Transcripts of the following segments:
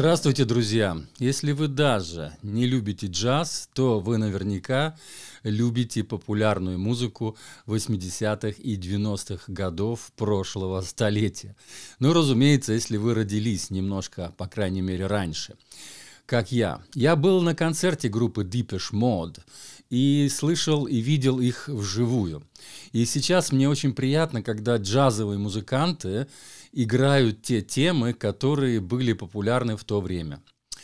Здравствуйте, друзья! Если вы даже не любите джаз, то вы наверняка любите популярную музыку 80-х и 90-х годов прошлого столетия. Ну, разумеется, если вы родились немножко, по крайней мере, раньше. Как я. Я был на концерте группы Depeche Mode и слышал и видел их вживую. И сейчас мне очень приятно, когда джазовые музыканты играют те темы, которые были популярны в то время.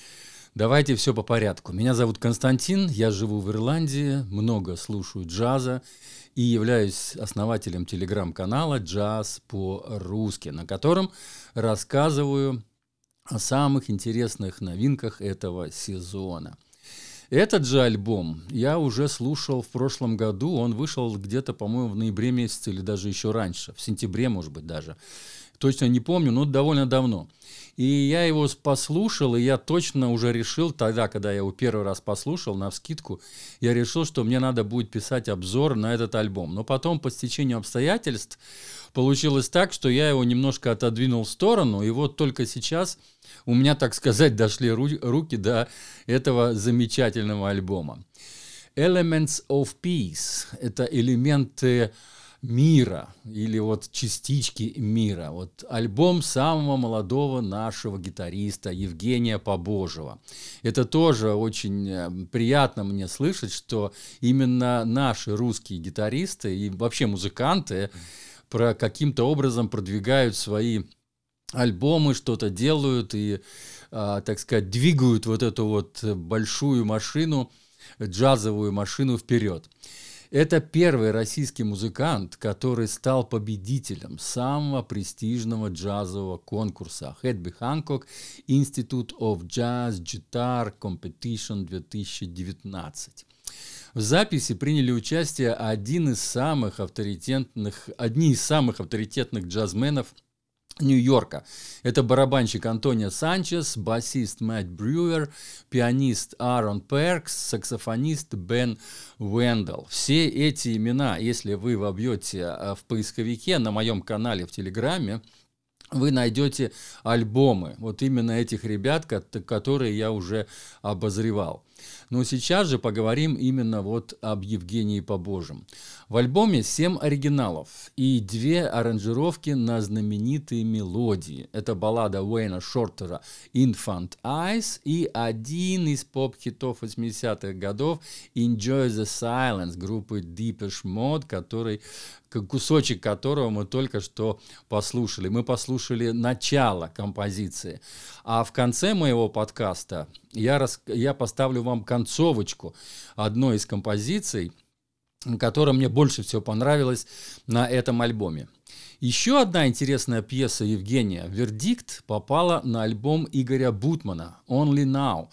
Давайте все по порядку. Меня зовут Константин, я живу в Ирландии, много слушаю джаза и являюсь основателем телеграм-канала «Джаз по-русски», на котором рассказываю о самых интересных новинках этого сезона. Этот же альбом я уже слушал в прошлом году, он вышел где-то, по-моему, в ноябре месяце или даже еще раньше, в сентябре, может быть, даже. Точно не помню, но довольно давно. И я его послушал, и я точно уже решил тогда, когда я его первый раз послушал, навскидку, я решил, что мне надо будет писать обзор на этот альбом. Но потом, по стечению обстоятельств, получилось так, что я его немножко отодвинул в сторону, и вот только сейчас у меня, так сказать, дошли руки до этого замечательного альбома. Elements of Peace – это элементы мира или вот частички мира. Вот альбом самого молодого нашего гитариста Евгения Побожева. Это тоже очень приятно мне слышать, что именно наши русские гитаристы и вообще музыканты каким-то образом продвигают свои альбомы, что-то делают и, так сказать, двигают вот эту вот большую машину, джазовую машину вперед. Это первый российский музыкант, который стал победителем самого престижного джазового конкурса Хэдби Хэнкок Institute of Jazz Guitar Competition 2019. В записи приняли участие одни из самых авторитетных джазменов Нью-Йорка. Это барабанщик Антонио Санчес, басист Мэтт Брюер, пианист Аарон Перкс, саксофонист Бен Уэндалл. Все эти имена, если вы вобьете в поисковике на моем канале в Телеграме, вы найдете альбомы вот именно этих ребят, которые я уже обозревал. Но сейчас же поговорим именно вот об Евгении Побожем. В альбоме 7 оригиналов и 2 аранжировки на знаменитые мелодии. Это баллада Уэйна Шортера «Infant Eyes» и один из поп-хитов 80-х годов «Enjoy the Silence» группы Depeche Mode, кусочек которого мы только что послушали. Мы послушали начало композиции. А в конце моего подкаста я поставлю вам концовочку одной из композиций, которая мне больше всего понравилась на этом альбоме. Еще одна интересная пьеса Евгения «Вердикт» попала на альбом Игоря Бутмана «Only Now»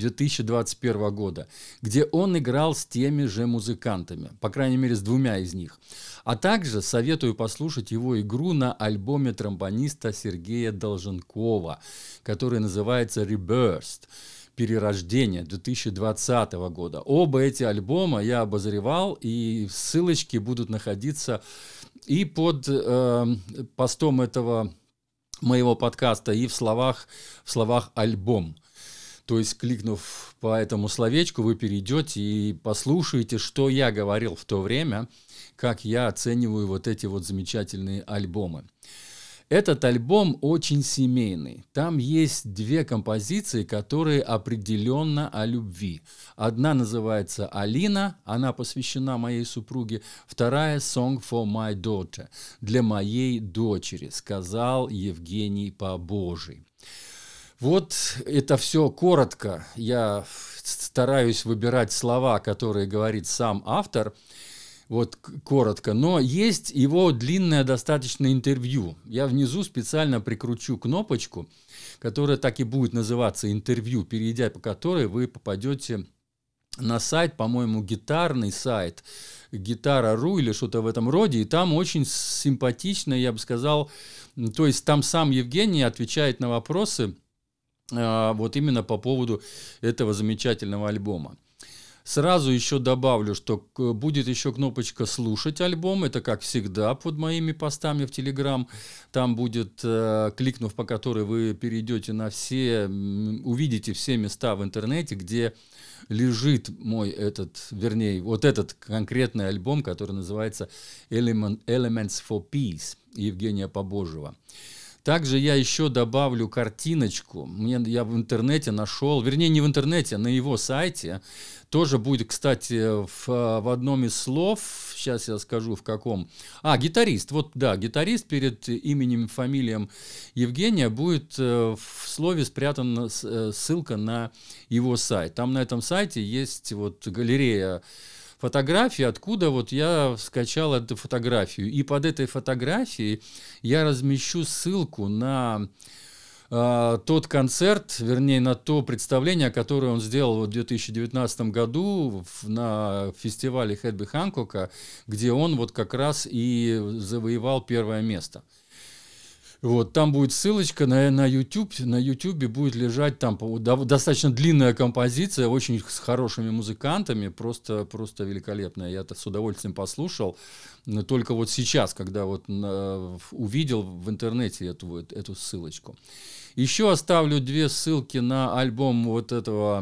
2021 года, где он играл с теми же музыкантами, по крайней мере, с 2 из них. А также советую послушать его игру на альбоме тромбониста Сергея Долженкова, который называется «Rebirth» – «Перерождение» 2020 года. Оба эти альбома я обозревал, и ссылочки будут находиться и под постом этого моего подкаста, и в словах «альбом». То есть, кликнув по этому словечку, вы перейдете и послушаете, что я говорил в то время, как я оцениваю вот эти вот замечательные альбомы. Этот альбом очень семейный. Там есть 2 композиции, которые определенно о любви. Одна называется «Алина», она посвящена моей супруге. Вторая «Song for my daughter», для моей дочери, сказал Евгений Побожий. Вот это все коротко. Я стараюсь выбирать слова, которые говорит сам автор. Вот коротко, но есть его длинное достаточно интервью. Я внизу специально прикручу кнопочку, которая так и будет называться «Интервью», перейдя по которой вы попадете на сайт, по-моему, гитарный сайт, Гитара.ру или что-то в этом роде, и там очень симпатично, я бы сказал, то есть там сам Евгений отвечает на вопросы вот именно по поводу этого замечательного альбома. Сразу еще добавлю, что будет еще кнопочка «Слушать альбом». Это, как всегда, под моими постами в Telegram. Там будет, кликнув по которой вы перейдете на все, увидите все места в интернете, где лежит мой вот этот конкретный альбом, который называется «Elements for Peace» Евгения Побожева. Также я еще добавлю картиночку. Я в интернете нашел, вернее, не в интернете, а на его сайте. Тоже будет, кстати, в одном из слов, сейчас я скажу в каком. Гитарист. Вот, да, гитарист перед именем и фамилием Евгения будет в слове спрятана ссылка на его сайт. Там на этом сайте есть вот галерея фотографии, откуда вот я скачал эту фотографию. И под этой фотографией я размещу ссылку на тот концерт, вернее, на то представление, которое он сделал в 2019 году на фестивале Хэбби Хэнкока, где он вот как раз и завоевал первое место. Вот, там будет ссылочка на YouTube. На YouTube будет лежать там достаточно длинная композиция, очень с хорошими музыкантами, просто великолепная. Я это с удовольствием послушал. Но только вот сейчас, когда вот увидел в интернете эту ссылочку. Еще оставлю 2 ссылки на альбом вот этого,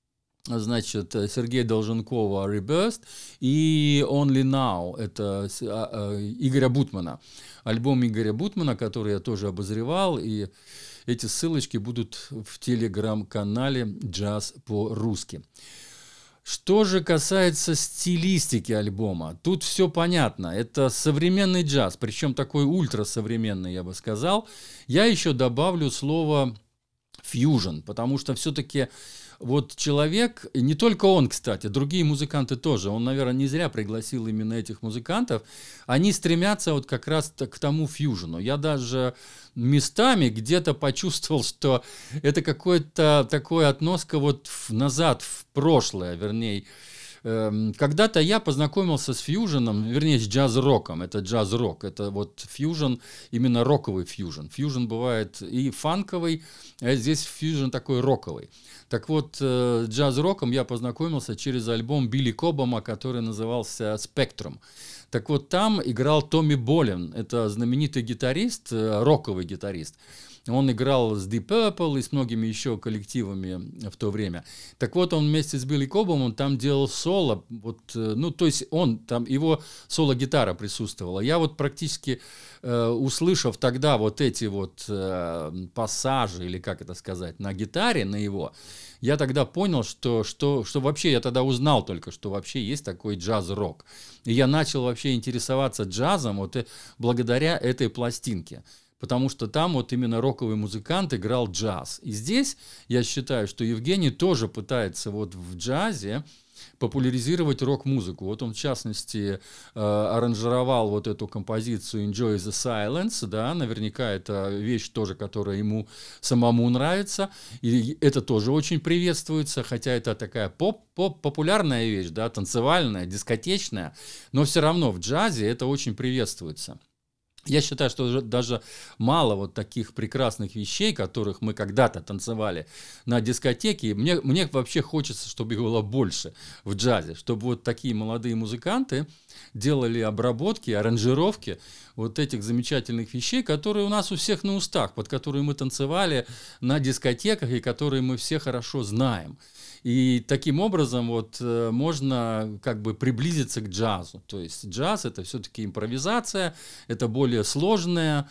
значит, Сергея Долженкова «Rebirth» и «Only Now», это Игоря Бутмана. Альбом Игоря Бутмана, который я тоже обозревал, и эти ссылочки будут в телеграм-канале «Джаз по-русски». Что же касается стилистики альбома, тут все понятно. Это современный джаз, причем такой ультрасовременный, я бы сказал. Я еще добавлю слово «фьюжн», потому что все-таки вот человек, не только он, кстати, другие музыканты тоже, он, наверное, не зря пригласил именно этих музыкантов, они стремятся вот как раз к тому фьюжну. Я даже местами где-то почувствовал, что это какое-то такое относка вот назад, в прошлое, вернее. Когда-то я познакомился с фьюженом, вернее, с джаз-роком. Это джаз-рок, это вот фьюжн, именно роковый фьюжн. Фьюжн бывает и фанковый, а здесь фьюжн такой роковый. Так вот, с джаз-роком я познакомился через альбом Билли Кобама, который назывался «Спектрум». Так вот, там играл Томми Болин, это знаменитый гитарист, роковый гитарист. Он играл с Deep Purple и с многими еще коллективами в то время. Так вот, он вместе с Билли Кобомом там делал соло. Вот, ну, то есть он, там его соло-гитара присутствовала. Я вот практически, услышав тогда вот эти вот пассажи, или как это сказать, на гитаре, на его, я тогда понял, что вообще, я тогда узнал только, что вообще есть такой джаз-рок. И я начал вообще интересоваться джазом вот благодаря этой пластинке. Потому что там вот именно роковый музыкант играл джаз. И здесь я считаю, что Евгений тоже пытается вот в джазе популяризировать рок-музыку. Вот он, в частности, аранжировал вот эту композицию «Enjoy the Silence», да, наверняка это вещь тоже, которая ему самому нравится, и это тоже очень приветствуется, хотя это такая популярная вещь, да, танцевальная, дискотечная, но все равно в джазе это очень приветствуется. Я считаю, что даже мало вот таких прекрасных вещей, которых мы когда-то танцевали на дискотеке. Мне вообще хочется, чтобы их было больше в джазе, чтобы вот такие молодые музыканты делали обработки, аранжировки вот этих замечательных вещей, которые у нас у всех на устах, под которые мы танцевали на дискотеках и которые мы все хорошо знаем. И таким образом вот можно как бы приблизиться к джазу. То есть джаз — это все-таки импровизация, это более сложная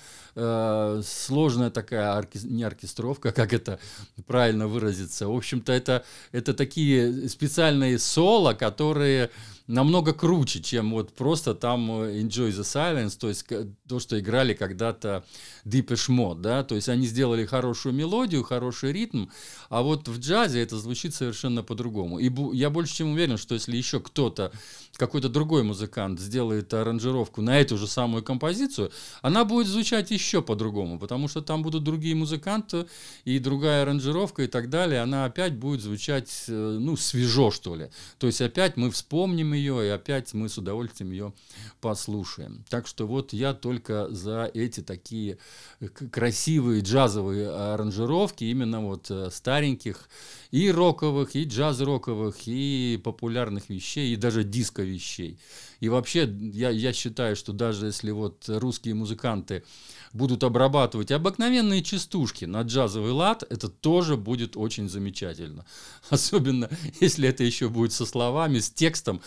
такая, не оркестровка, как это правильно выразиться. В общем-то, это такие специальные соло, которые намного круче, чем вот просто там Enjoy the Silence, то есть то, что играли когда-то Depeche Mode, да, то есть они сделали хорошую мелодию, хороший ритм, а вот в джазе это звучит совершенно по-другому. И я больше чем уверен, что если еще кто-то, какой-то другой музыкант сделает аранжировку на эту же самую композицию, она будет звучать еще по-другому, потому что там будут другие музыканты и другая аранжировка и так далее, она опять будет звучать, ну, свежо, что ли. То есть опять мы вспомним ее, и опять мы с удовольствием ее послушаем. Так что вот я только за эти такие красивые джазовые аранжировки, именно вот стареньких и роковых, и джаз-роковых, и популярных вещей, и даже диско-вещей. И вообще я считаю, что даже если вот русские музыканты будут обрабатывать обыкновенные частушки на джазовый лад, это тоже будет очень замечательно. Особенно, если это еще будет со словами, с текстом,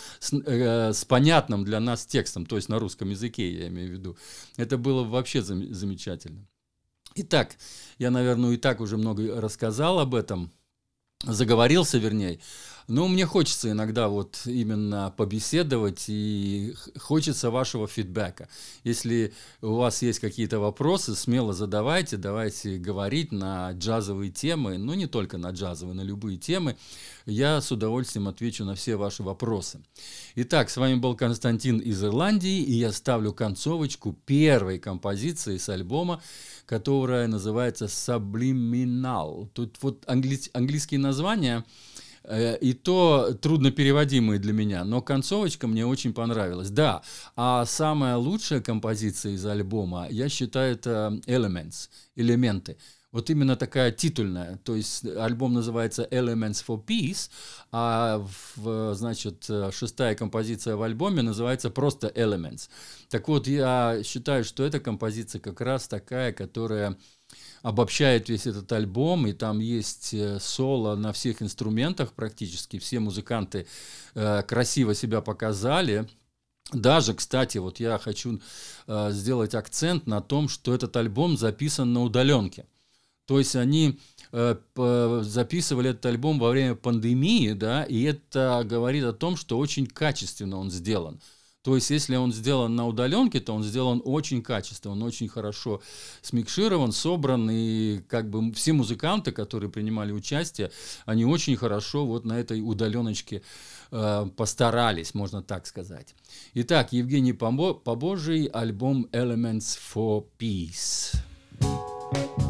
с понятным для нас текстом, то есть на русском языке, я имею в виду. Это было бы вообще замечательно. Итак, я, наверное, и так уже много рассказал об этом, заговорился, вернее. Но мне хочется иногда вот именно побеседовать, и хочется вашего фидбэка. Если у вас есть какие-то вопросы, смело задавайте, давайте говорить на джазовые темы, но не только на джазовые, на любые темы. Я с удовольствием отвечу на все ваши вопросы. Итак, с вами был Константин из Ирландии, и я ставлю концовочку первой композиции с альбома, которая называется «Subliminal». Тут вот английские названия, и то труднопереводимые для меня, но концовочка мне очень понравилась. Да, а самая лучшая композиция из альбома, я считаю, это «Elements», «Элементы». Вот именно такая титульная, то есть альбом называется «Elements for Peace», а значит, шестая композиция в альбоме называется просто «Elements». Так вот, я считаю, что эта композиция как раз такая, которая обобщает весь этот альбом, и там есть соло на всех инструментах практически, все музыканты красиво себя показали. Даже, кстати, вот я хочу сделать акцент на том, что этот альбом записан на удаленке. То есть они записывали этот альбом во время пандемии, да, и это говорит о том, что очень качественно он сделан. То есть, если он сделан на удаленке, то он сделан очень качественно, он очень хорошо смикширован, собран, и как бы все музыканты, которые принимали участие, они очень хорошо вот на этой удаленочке постарались, можно так сказать. Итак, Евгений Побожий, альбом «Elements for Peace».